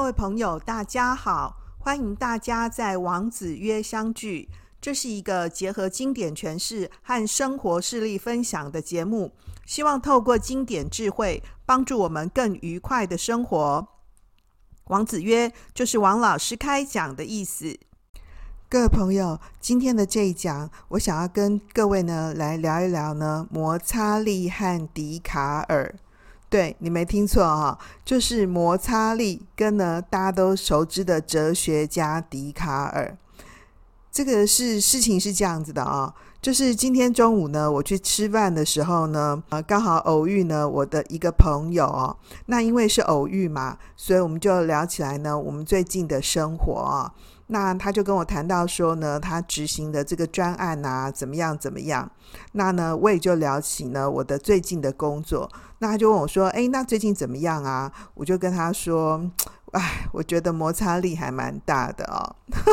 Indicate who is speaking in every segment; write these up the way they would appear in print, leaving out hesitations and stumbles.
Speaker 1: 位朋友大家好，欢迎大家在王子约相聚。这是一个结合经典诠释和生活事例分享的节目，希望透过经典智慧帮助我们更愉快的生活。王子约就是王老师开讲的意思。各位朋友，今天的这一讲我想要跟各位呢来聊一聊呢摩擦力和笛卡尔。对，你没听错哈，就是摩擦力跟呢大家都熟知的哲学家笛卡尔。这个事情是这样子的啊，就是今天中午呢我去吃饭的时候呢刚好偶遇呢我的一个朋友哦。那因为是偶遇嘛，所以我们就聊起来呢我们最近的生活啊。那他就跟我谈到说呢他执行的这个专案啊怎么样，那呢我也就聊起呢我的最近的工作。那他就问我说那最近怎么样啊？我就跟他说我觉得摩擦力还蛮大的哦。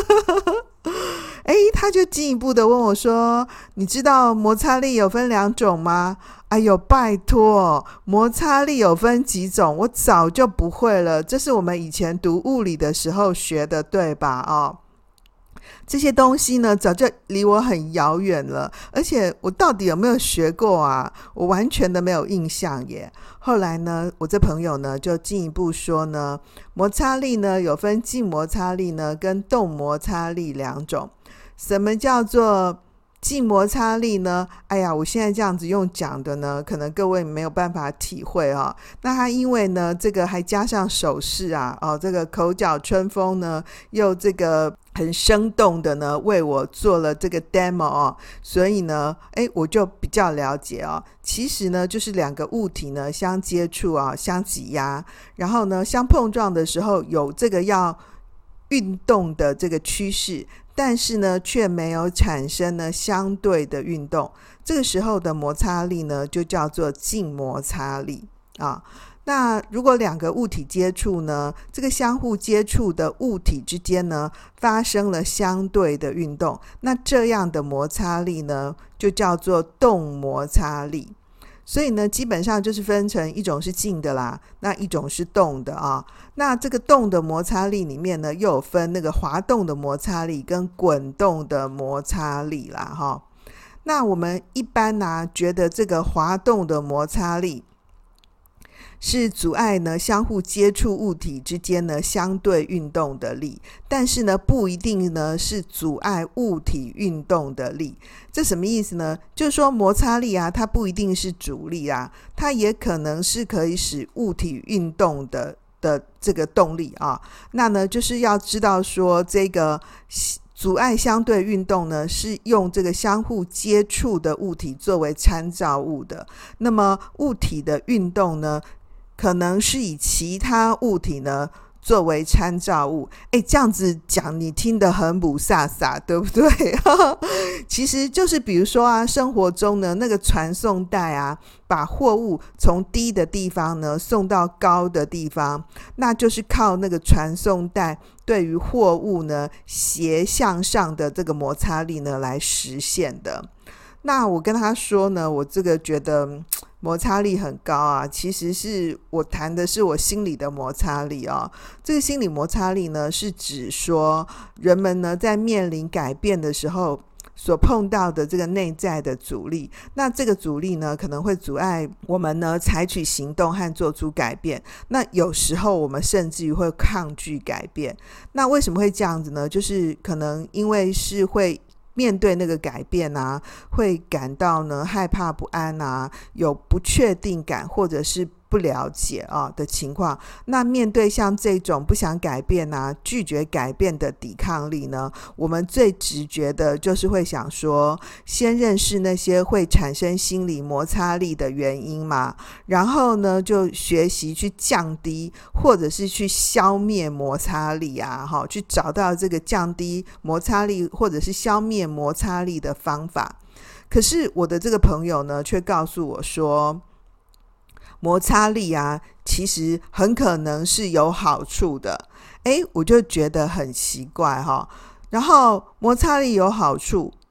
Speaker 1: 他就进一步的问我说，你知道摩擦力有分2种吗？哎呦拜托，摩擦力有分几种？我早就不会了，这是我们以前读物理的时候学的，对吧？这些东西呢早就离我很遥远了，而且我到底有没有学过啊？我完全的没有印象耶。后来呢我这朋友呢就进一步说呢，摩擦力呢有分静摩擦力呢跟动摩擦力2种。什么叫做静摩擦力呢？我现在这样子用讲的呢可能各位没有办法体会哦。那他因为呢这个还加上手势啊这个口角春风呢又这个很生动的呢为我做了这个 demo 哦，所以呢我就比较了解哦。其实呢就是2个物体呢相接触啊，相挤压，然后呢相碰撞的时候有这个要运动的这个趋势，但是呢却没有产生呢相对的运动，这个时候的摩擦力呢就叫做静摩擦力啊。那如果2个物体接触呢，这个相互接触的物体之间呢发生了相对的运动，那这样的摩擦力呢就叫做动摩擦力。所以呢基本上就是分成一种是静的啦，那一种是动的啊。那这个动的摩擦力里面呢又有分那个滑动的摩擦力跟滚动的摩擦力啦哈。那我们一般觉得这个滑动的摩擦力是阻碍呢相互接触物体之间呢相对运动的力，但是呢不一定呢是阻碍物体运动的力。这什么意思呢？就是说摩擦力啊它不一定是阻力啊，它也可能是可以使物体运动的这个动力啊。那呢就是要知道说这个阻碍相对运动呢是用这个相互接触的物体作为参照物的，那么物体的运动呢可能是以其他物体呢作为参照物。这样子讲你听得很不飒飒，对不对？其实就是比如说生活中呢那个传送带啊，把货物从低的地方呢送到高的地方，那就是靠那个传送带对于货物呢斜向上的这个摩擦力呢来实现的。那我跟他说呢，我这个觉得摩擦力很高啊，其实是我谈的是我心理的摩擦力哦。这个心理摩擦力呢是指说人们呢在面临改变的时候所碰到的这个内在的阻力，那这个阻力呢可能会阻碍我们呢采取行动和做出改变，那有时候我们甚至于会抗拒改变。那为什么会这样子呢？就是可能因为是会面对那个改变啊，会感到呢害怕不安啊，有不确定感或者是不了解的情况。那面对像这种不想改变啊，拒绝改变的抵抗力呢，我们最直觉的就是会想说，先认识那些会产生心理摩擦力的原因嘛，然后呢就学习去降低或者是去消灭摩擦力啊，去找到这个降低摩擦力或者是消灭摩擦力的方法。可是我的这个朋友呢却告诉我说，摩擦力啊其实很可能是有好处的。我就觉得很奇怪哈。然后摩擦力有好处，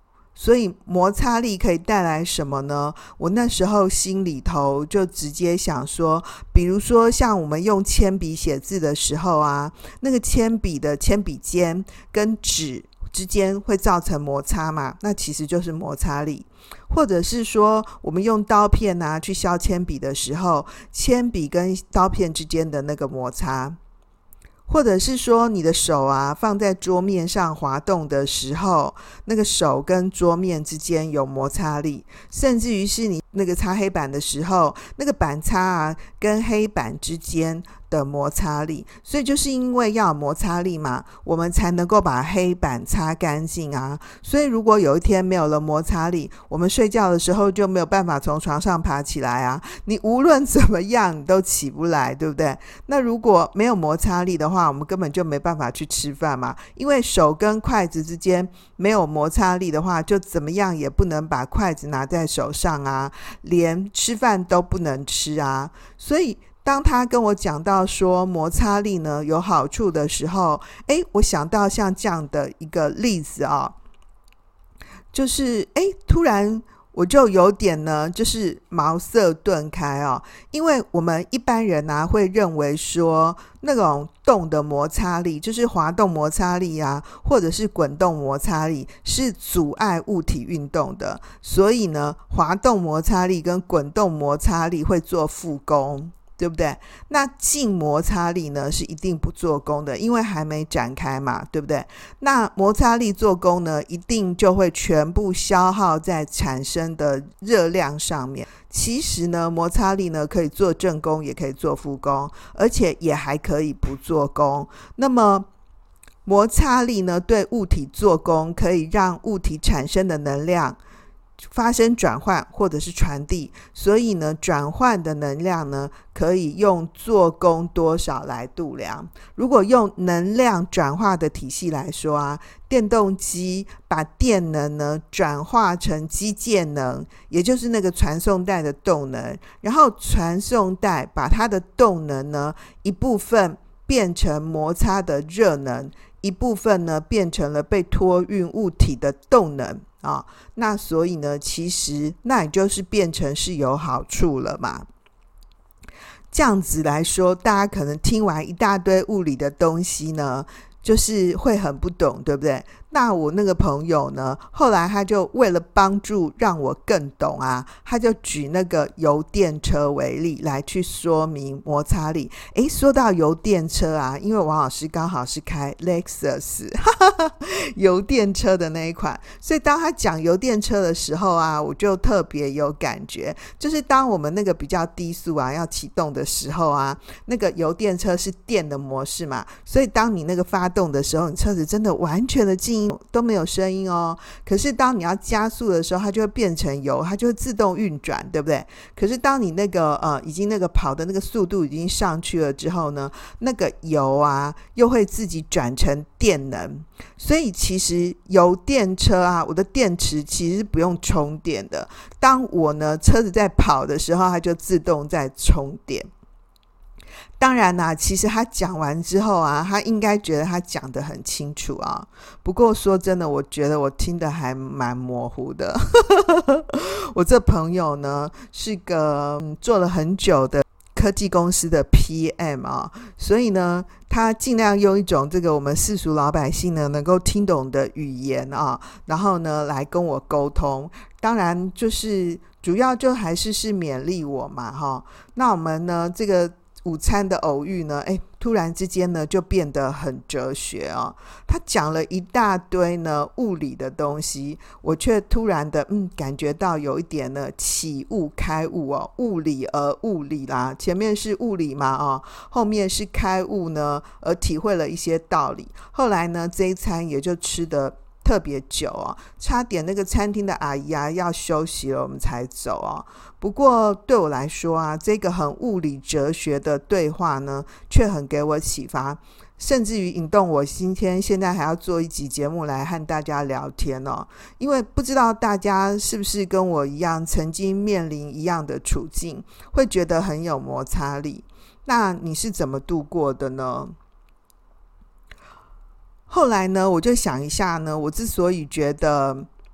Speaker 1: 所以摩擦力可以带来什么呢？我那时候心里头就直接想说，比如说像我们用铅笔写字的时候啊，那个铅笔的铅笔尖跟纸之间会造成摩擦嘛，那其实就是摩擦力。或者是说我们用刀片啊去削铅笔的时候，铅笔跟刀片之间的那个摩擦，或者是说你的手啊放在桌面上滑动的时候，那个手跟桌面之间有摩擦力，甚至于是你那个擦黑板的时候，那个板擦啊跟黑板之间的摩擦力。所以就是因为要有摩擦力嘛，我们才能够把黑板擦干净啊。所以如果有一天没有了摩擦力，我们睡觉的时候就没有办法从床上爬起来啊，你无论怎么样你都起不来，对不对？那如果没有摩擦力的话，我们根本就没办法去吃饭嘛，因为手跟筷子之间没有摩擦力的话，就怎么样也不能把筷子拿在手上啊，连吃饭都不能吃啊。所以当他跟我讲到说摩擦力呢有好处的时候，我想到像这样的一个例子啊，就是突然我就有点呢就是茅塞顿开哦。因为我们一般人啊会认为说那种动的摩擦力，就是滑动摩擦力啊，或者是滚动摩擦力是阻碍物体运动的，所以呢滑动摩擦力跟滚动摩擦力会做副功，对不对？那静摩擦力呢是一定不做功的，因为还没展开嘛，对不对？那摩擦力做功呢，一定就会全部消耗在产生的热量上面。其实呢摩擦力呢可以做正功，也可以做副功，而且也还可以不做功。那么摩擦力呢对物体做功，可以让物体产生的能量发生转换或者是传递，所以呢转换的能量呢可以用做功多少来度量。如果用能量转化的体系来说啊，电动机把电能呢转化成机械能，也就是那个传送带的动能，然后传送带把它的动能呢一部分变成摩擦的热能，一部分呢变成了被托运物体的动能啊。那所以呢其实那也就是变成是有好处了嘛。这样子来说，大家可能听完一大堆物理的东西呢就是会很不懂，对不对？那我那个朋友呢，后来他就为了帮助让我更懂啊，他就举那个油电车为例来去说明摩擦力。说到油电车啊，因为王老师刚好是开 Lexus 油电车的那一款，所以当他讲油电车的时候啊，我就特别有感觉。就是当我们那个比较低速啊要启动的时候啊，那个油电车是电的模式嘛，所以当你那个发动的时候，你车子真的完全的静音都没有声音哦。可是当你要加速的时候，它就会变成油，它就会自动运转，对不对？可是当你那个已经那个跑的那个速度已经上去了之后呢，那个油啊又会自己转成电能。所以其实油电车啊，我的电池其实是不用充电的，当我呢车子在跑的时候，它就自动在充电。当然啦，其实他讲完之后啊，他应该觉得他讲得很清楚啊。不过说真的，我觉得我听得还蛮模糊的。我这朋友呢是个做了很久的科技公司的 PM 啊，所以呢他尽量用一种这个我们世俗老百姓呢能够听懂的语言啊，然后呢来跟我沟通。当然就是主要就还是勉励我嘛哈。那我们呢这个午餐的偶遇呢，突然之间呢就变得很哲学哦。他讲了一大堆呢物理的东西，我却突然的感觉到有一点呢启悟开悟哦，物理而物理啦，前面是物理嘛后面是开悟呢，而体会了一些道理。后来呢这一餐也就吃得特别久差点那个餐厅的阿姨啊要休息了我们才走不过对我来说啊，这个很物理哲学的对话呢却很给我启发，甚至于引动我现在还要做一集节目来和大家聊天因为不知道大家是不是跟我一样曾经面临一样的处境，会觉得很有摩擦力。那你是怎么度过的呢？后来呢我就想一下呢，我之所以觉得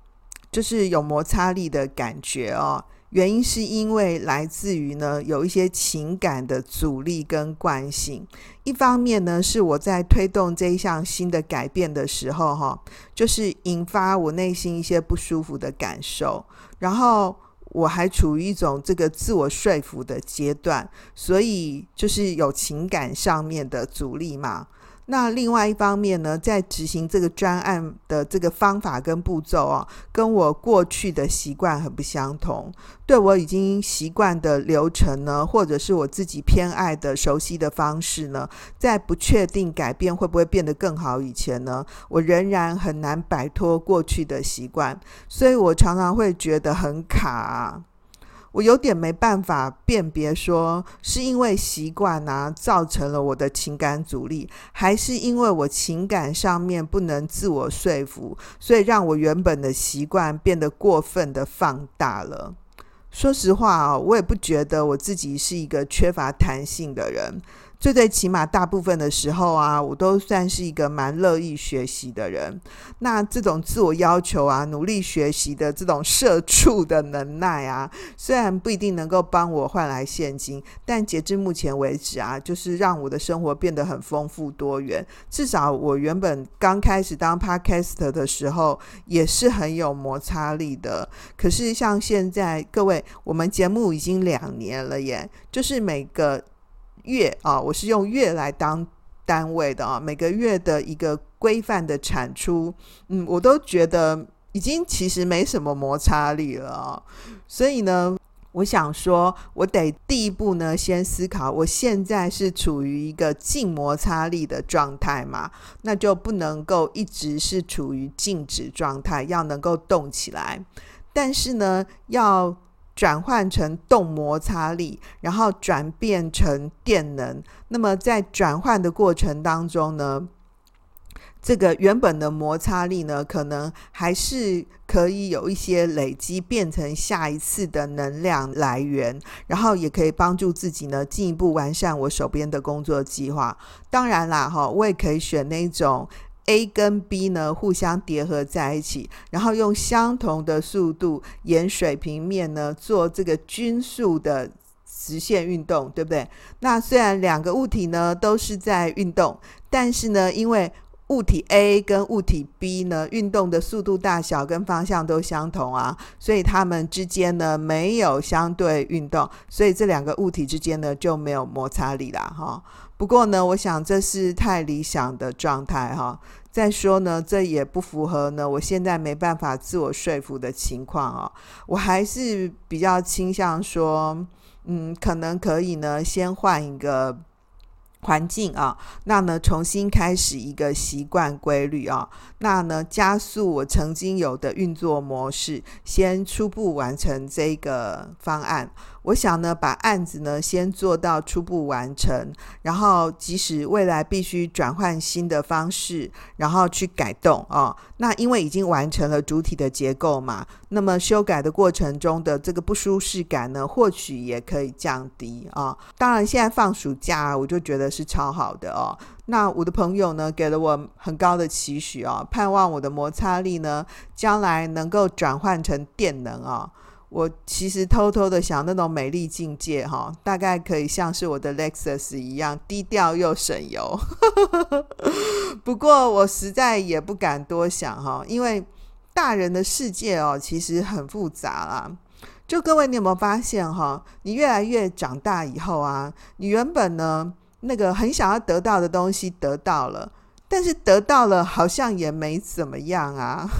Speaker 1: 就是有摩擦力的感觉哦。原因是因为来自于呢有一些情感的阻力跟惯性。一方面呢是我在推动这一项新的改变的时候就是引发我内心一些不舒服的感受，然后我还处于一种这个自我说服的阶段，所以就是有情感上面的阻力嘛。那另外一方面呢，在执行这个专案的这个方法跟步骤跟我过去的习惯很不相同。对我已经习惯的流程呢，或者是我自己偏爱的熟悉的方式呢，在不确定改变会不会变得更好以前呢，我仍然很难摆脱过去的习惯，所以我常常会觉得很卡我有点没办法辨别说是因为习惯造成了我的情感阻力，还是因为我情感上面不能自我说服，所以让我原本的习惯变得过分的放大了。说实话我也不觉得我自己是一个缺乏弹性的人，最起码大部分的时候我都算是一个蛮乐意学习的人。那这种自我要求努力学习的这种社畜的能耐虽然不一定能够帮我换来现金，但截至目前为止就是让我的生活变得很丰富多元。至少我原本刚开始当 Podcast 的时候也是很有摩擦力的，可是像现在各位，我们节目已经2年了耶，就是每个月我是用月来当单位的每个月的一个规范的产出我都觉得已经其实没什么摩擦力了所以呢我想说我得第一步呢先思考我现在是处于一个静摩擦力的状态嘛，那就不能够一直是处于静止状态，要能够动起来。但是呢要转换成动摩擦力，然后转变成电能，那么在转换的过程当中呢，这个原本的摩擦力呢可能还是可以有一些累积，变成下一次的能量来源，然后也可以帮助自己呢进一步完善我手边的工作计划。当然啦我也可以选那种A 跟 B 呢互相叠合在一起，然后用相同的速度沿水平面呢做这个均速的直线运动，对不对？那虽然两个物体呢都是在运动，但是呢因为物体 A 跟物体 B 呢运动的速度大小跟方向都相同所以它们之间呢没有相对运动，所以这两个物体之间呢就没有摩擦力啦不过呢我想这是太理想的状态再说呢这也不符合呢我现在没办法自我说服的情况我还是比较倾向说可能可以呢先换一个环境那呢重新开始一个习惯规律那呢加速我曾经有的运作模式，先初步完成这个方案。我想呢把案子呢先做到初步完成，然后即使未来必须转换新的方式，然后去改动那因为已经完成了主体的结构嘛，那么修改的过程中的这个不舒适感呢或许也可以降低当然现在放暑假我就觉得是超好的那我的朋友呢给了我很高的期许盼望我的摩擦力呢将来能够转换成电能我其实偷偷的想那种美丽境界大概可以像是我的 Lexus 一样低调又省油不过我实在也不敢多想因为大人的世界其实很复杂啦。就各位你有没有发现你越来越长大以后你原本呢那个很想要得到的东西得到了，但是得到了好像也没怎么样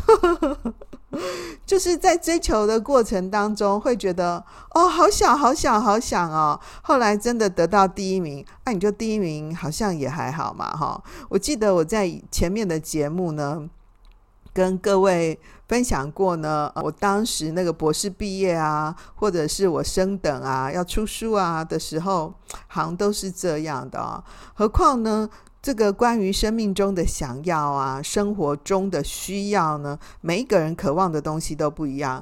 Speaker 1: 就是在追求的过程当中会觉得好想好想好想后来真的得到第一名你就第一名好像也还好嘛我记得我在前面的节目呢跟各位分享过呢我当时那个博士毕业或者是我升等要出书的时候好像都是这样的何况呢这个关于生命中的想要生活中的需要呢，每一个人渴望的东西都不一样。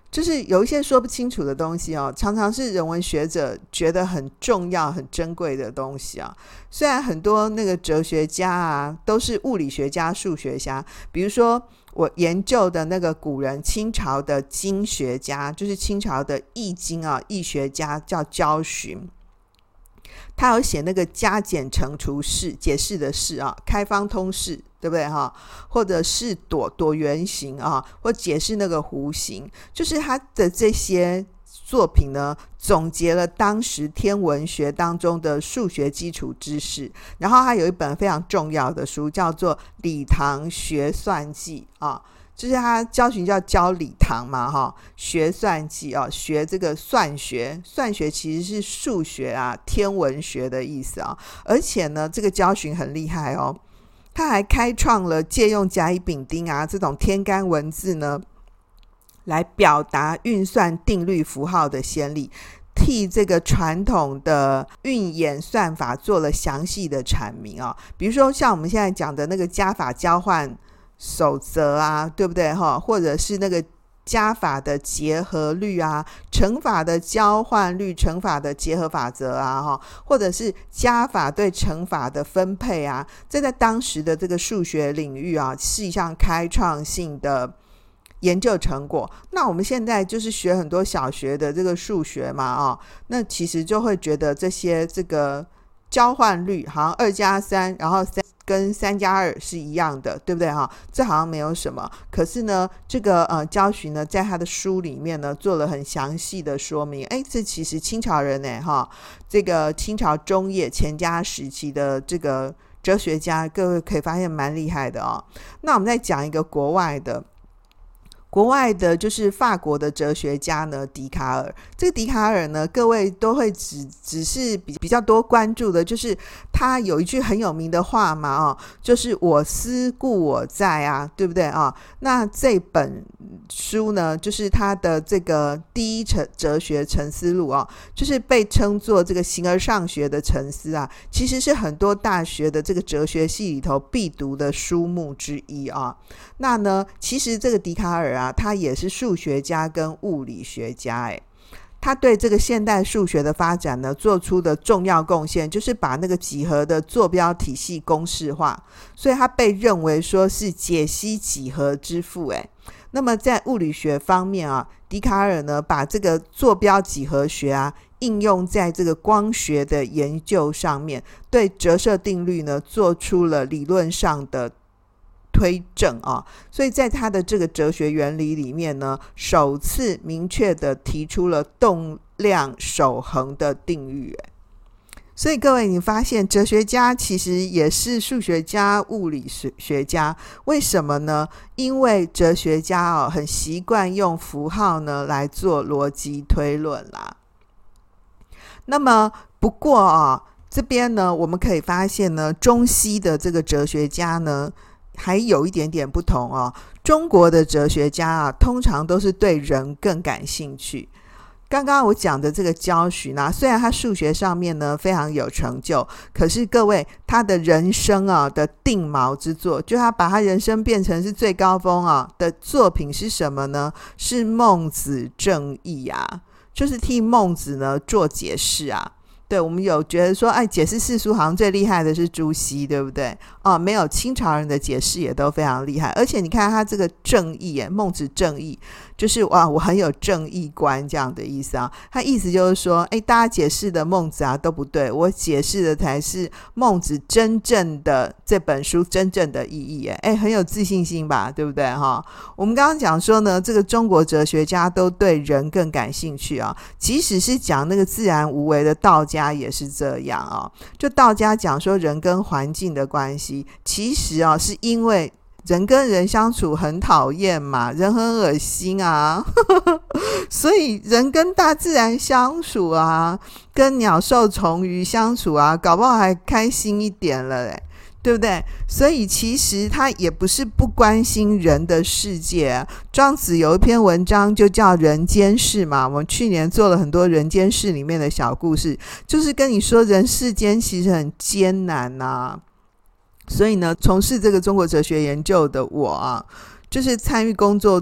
Speaker 1: 就是有一些说不清楚的东西常常是人文学者觉得很重要很珍贵的东西虽然很多那个哲学家都是物理学家数学家，比如说我研究的那个古人清朝的经学家，就是清朝的易经易学家叫焦循，他有写那个加减乘除式，解释的式开方通式，对不对或者是椭圆形或解释那个弧形，就是他的这些作品呢，总结了当时天文学当中的数学基础知识。然后他有一本非常重要的书叫做《礼堂学算记》就是他焦循叫焦礼堂嘛学算记学这个算学其实是数学天文学的意思而且呢这个焦循很厉害他还开创了借用甲乙丙丁这种天干文字呢来表达运算定律符号的先例，替这个传统的运演算法做了详细的阐明比如说像我们现在讲的那个加法交换守则对不对或者是那个加法的结合律乘法的交换律，乘法的结合法则或者是加法对乘法的分配这在当时的这个数学领域是一项开创性的研究成果。那我们现在就是学很多小学的这个数学嘛那其实就会觉得这些这个交换律好像2+3然后跟3+2是一样的，对不对这好像没有什么。可是呢这个焦循呢在他的书里面呢做了很详细的说明，这其实清朝人这个清朝中叶乾嘉时期的这个哲学家，各位可以发现蛮厉害的那我们再讲一个国外的就是法国的哲学家呢笛卡尔。这个笛卡尔呢各位都会只是比较多关注的，就是他有一句很有名的话嘛就是我思故我在对不对那这本书呢就是他的这个第一哲学沉思录就是被称作这个形而上学的沉思其实是很多大学的这个哲学系里头必读的书目之一那呢其实这个笛卡尔他也是数学家跟物理学家他对这个现代数学的发展呢做出的重要贡献就是把那个几何的坐标体系公式化，所以他被认为说是解析几何之父那么在物理学方面笛卡尔呢把这个坐标几何学应用在这个光学的研究上面，对折射定律呢做出了理论上的推证所以在他的这个哲学原理里面呢首次明确的提出了动量守恒的定律所以各位你发现哲学家其实也是数学家物理学家，为什么呢？因为哲学家很习惯用符号呢来做逻辑推论啦。那么不过这边呢我们可以发现呢中西的这个哲学家呢还有一点点不同中国的哲学家通常都是对人更感兴趣。刚刚我讲的这个焦循虽然他数学上面呢非常有成就，可是各位他的人生的定锚之作，就他把他人生变成是最高峰的作品是什么呢？是孟子正义就是替孟子呢做解释对，我们有觉得说解释四书好像最厉害的是朱熹，对不对没有，清朝人的解释也都非常厉害。而且你看他这个正义孟子正义就是我很有正义观这样的意思他意思就是说大家解释的孟子都不对，我解释的才是孟子真正的这本书真正的意义很有自信心吧，对不对我们刚刚讲说呢这个中国哲学家都对人更感兴趣即使是讲那个自然无为的道家也是这样就道家讲说人跟环境的关系，其实是因为人跟人相处很讨厌嘛，人很恶心所以人跟大自然相处跟鸟兽虫鱼相处搞不好还开心一点了对不对？所以其实他也不是不关心人的世界庄子有一篇文章就叫人间世嘛，我们去年做了很多人间世里面的小故事，就是跟你说人世间其实很艰难所以呢从事这个中国哲学研究的我就是参与工作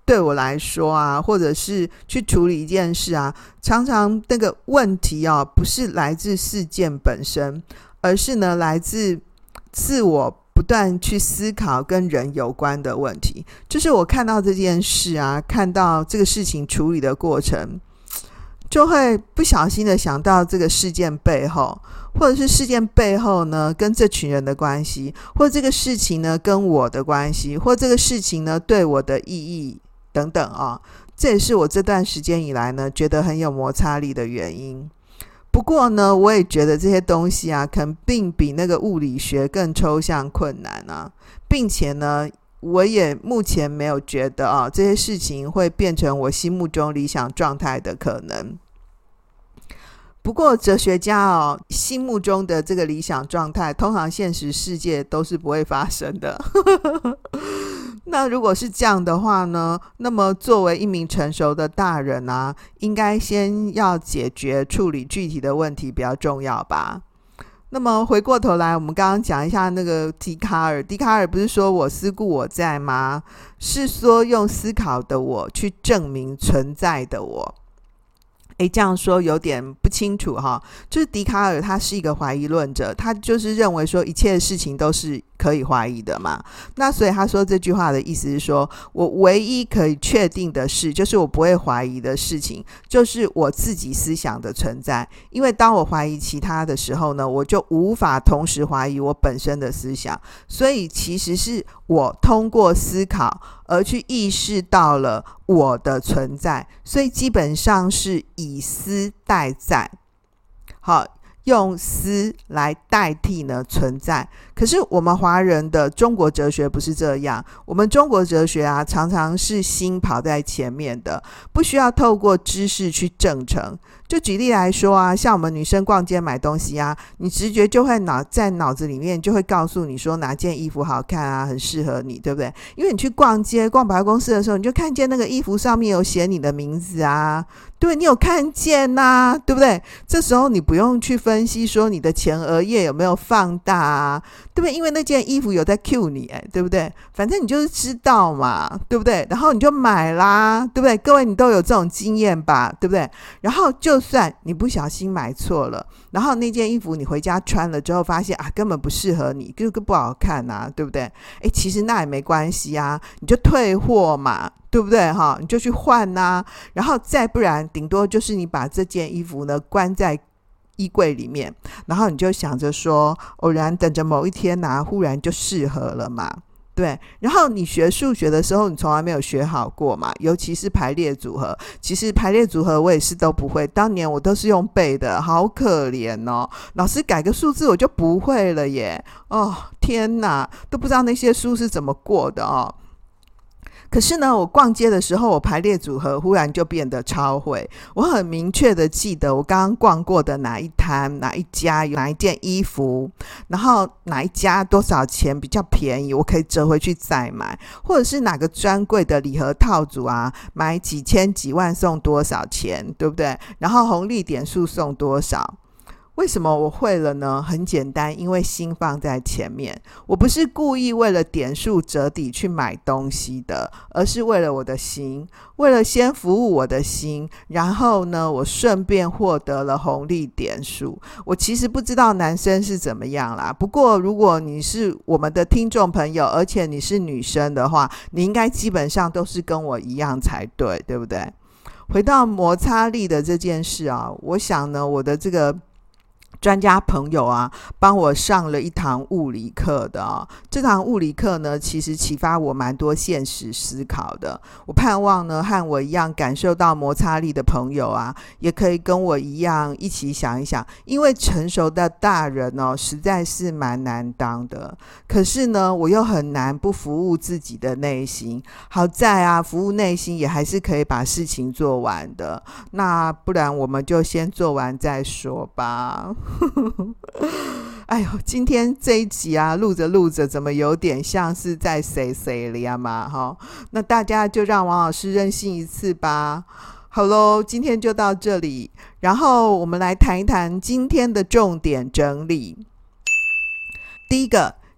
Speaker 1: 对我来说啊，或者是去处理一件事啊，常常那个问题啊，不是来自事件本身，而是呢来自自我不断去思考跟人有关的问题。就是我看到这件事啊，看到这个事情处理的过程，就会不小心的想到这个事件背后，或者是事件背后呢跟这群人的关系，或者这个事情呢跟我的关系，或者这个事情呢对我的意义等等啊。这也是我这段时间以来呢觉得很有摩擦力的原因。不过呢，我也觉得这些东西啊，可能并比那个物理学更抽象困难啊，并且呢，我也目前没有觉得啊，这些事情会变成我心目中理想状态的可能。不过哲学家心目中的这个理想状态，通常现实世界都是不会发生的。那如果是这样的话呢，那么作为一名成熟的大人啊，应该先要解决处理具体的问题比较重要吧。那么回过头来，我们刚刚讲一下那个笛卡尔不是说我思故我在吗？是说用思考的我去证明存在的我。这样说有点不清楚哈。就是笛卡尔他是一个怀疑论者，他就是认为说一切事情都是可以怀疑的嘛。那所以他说这句话的意思是说，我唯一可以确定的事，就是我不会怀疑的事情，就是我自己思想的存在。因为当我怀疑其他的时候呢，我就无法同时怀疑我本身的思想。所以其实是我通过思考而去意识到了我的存在，所以基本上是以思代在。好，用思来代替呢存在。可是我们华人的中国哲学不是这样，我们中国哲学啊，常常是心跑在前面的，不需要透过知识去证成。就举例来说啊，像我们女生逛街买东西啊，你直觉就会在脑子里面就会告诉你说哪件衣服好看啊，很适合你，对不对？因为你去逛街逛百货公司的时候，你就看见那个衣服上面有写你的名字啊，对，你有看见啊，对不对？这时候你不用去分析说你的前额叶有没有放大啊，对不对？因为那件衣服有在 cue 你，对不对？反正你就是知道嘛，对不对？然后你就买啦，对不对？各位你都有这种经验吧，对不对？然后就算你不小心买错了，然后那件衣服你回家穿了之后发现啊，根本不适合你，就不好看啊，对不对？其实那也没关系啊，你就退货嘛，对不对哈？你就去换啊，然后再不然顶多就是你把这件衣服呢关在衣柜里面，然后你就想着说偶然等着某一天啊，忽然就适合了嘛，对。然后你学数学的时候你从来没有学好过嘛，尤其是排列组合。其实排列组合我也是都不会，当年我都是用背的，好可怜哦，老师改个数字我就不会了耶，天哪，都不知道那些书是怎么过的哦。可是呢，我逛街的时候，我排列组合忽然就变得超会。我很明确的记得我刚刚逛过的哪一摊、哪一家有哪一件衣服，然后哪一家多少钱比较便宜，我可以折回去再买，或者是哪个专柜的礼盒套组啊，买几千几万送多少钱，对不对？然后红利点数送多少。为什么我会了呢？很简单，因为心放在前面。我不是故意为了点数折抵去买东西的，而是为了我的心，为了先服务我的心，然后呢，我顺便获得了红利点数。我其实不知道男生是怎么样啦，不过如果你是我们的听众朋友，而且你是女生的话，你应该基本上都是跟我一样才对，对不对？回到摩擦力的这件事啊，我想呢，我的这个专家朋友啊，帮我上了一堂物理课的啊。这堂物理课呢，其实启发我蛮多现实思考的。我盼望呢，和我一样感受到摩擦力的朋友啊，也可以跟我一样一起想一想。因为成熟的大人哦，实在是蛮难当的。可是呢，我又很难不服务自己的内心。好在啊，服务内心也还是可以把事情做完的。那不然我们就先做完再说吧。哎呦，今天这一集啊，录着录着怎么有点像是在谁了呀嘛，那大家就让王老师任性一次吧。好咯，今天就到这里，然后我们来谈一谈今天的重点整理。第一个，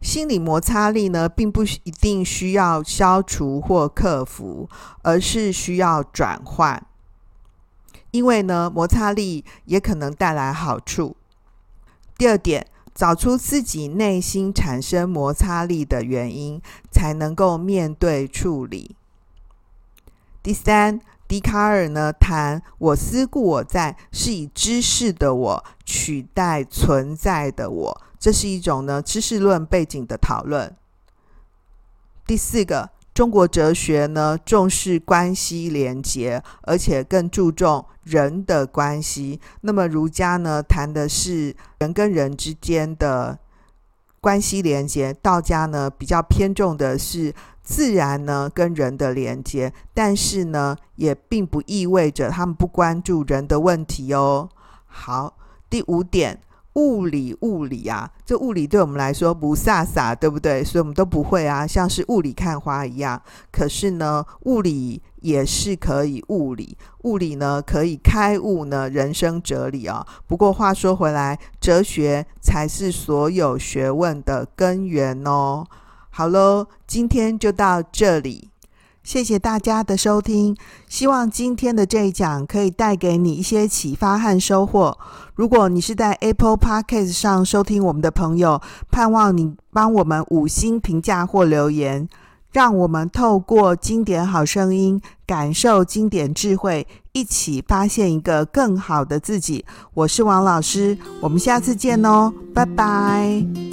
Speaker 1: 心理摩擦力呢，并不一定需要消除或克服，而是需要转换。因为呢，摩擦力也可能带来好处。第二点，找出自己内心产生摩擦力的原因，才能够面对处理。第三，笛卡尔呢谈我思故我在，是以知识的我取代存在的我，这是一种呢知识论背景的讨论。第四个，中国哲学呢重视关系连结，而且更注重人的关系。那么儒家呢谈的是人跟人之间的关系连结，道家呢比较偏重的是自然呢跟人的连接，但是呢也并不意味着他们不关注人的问题哦。好，第五点，物理啊，这物理对我们来说不飒飒，对不对？所以我们都不会啊，像是雾里看花一样。可是呢，物理也是可以物理呢可以开悟呢人生哲理哦。不过话说回来，哲学才是所有学问的根源哦。好咯，今天就到这里，谢谢大家的收听，希望今天的这一讲可以带给你一些启发和收获。如果你是在 Apple Podcast 上收听我们的朋友，盼望你帮我们5星评价或留言，让我们透过经典好声音，感受经典智慧，一起发现一个更好的自己。我是王老师，我们下次见哦，拜拜。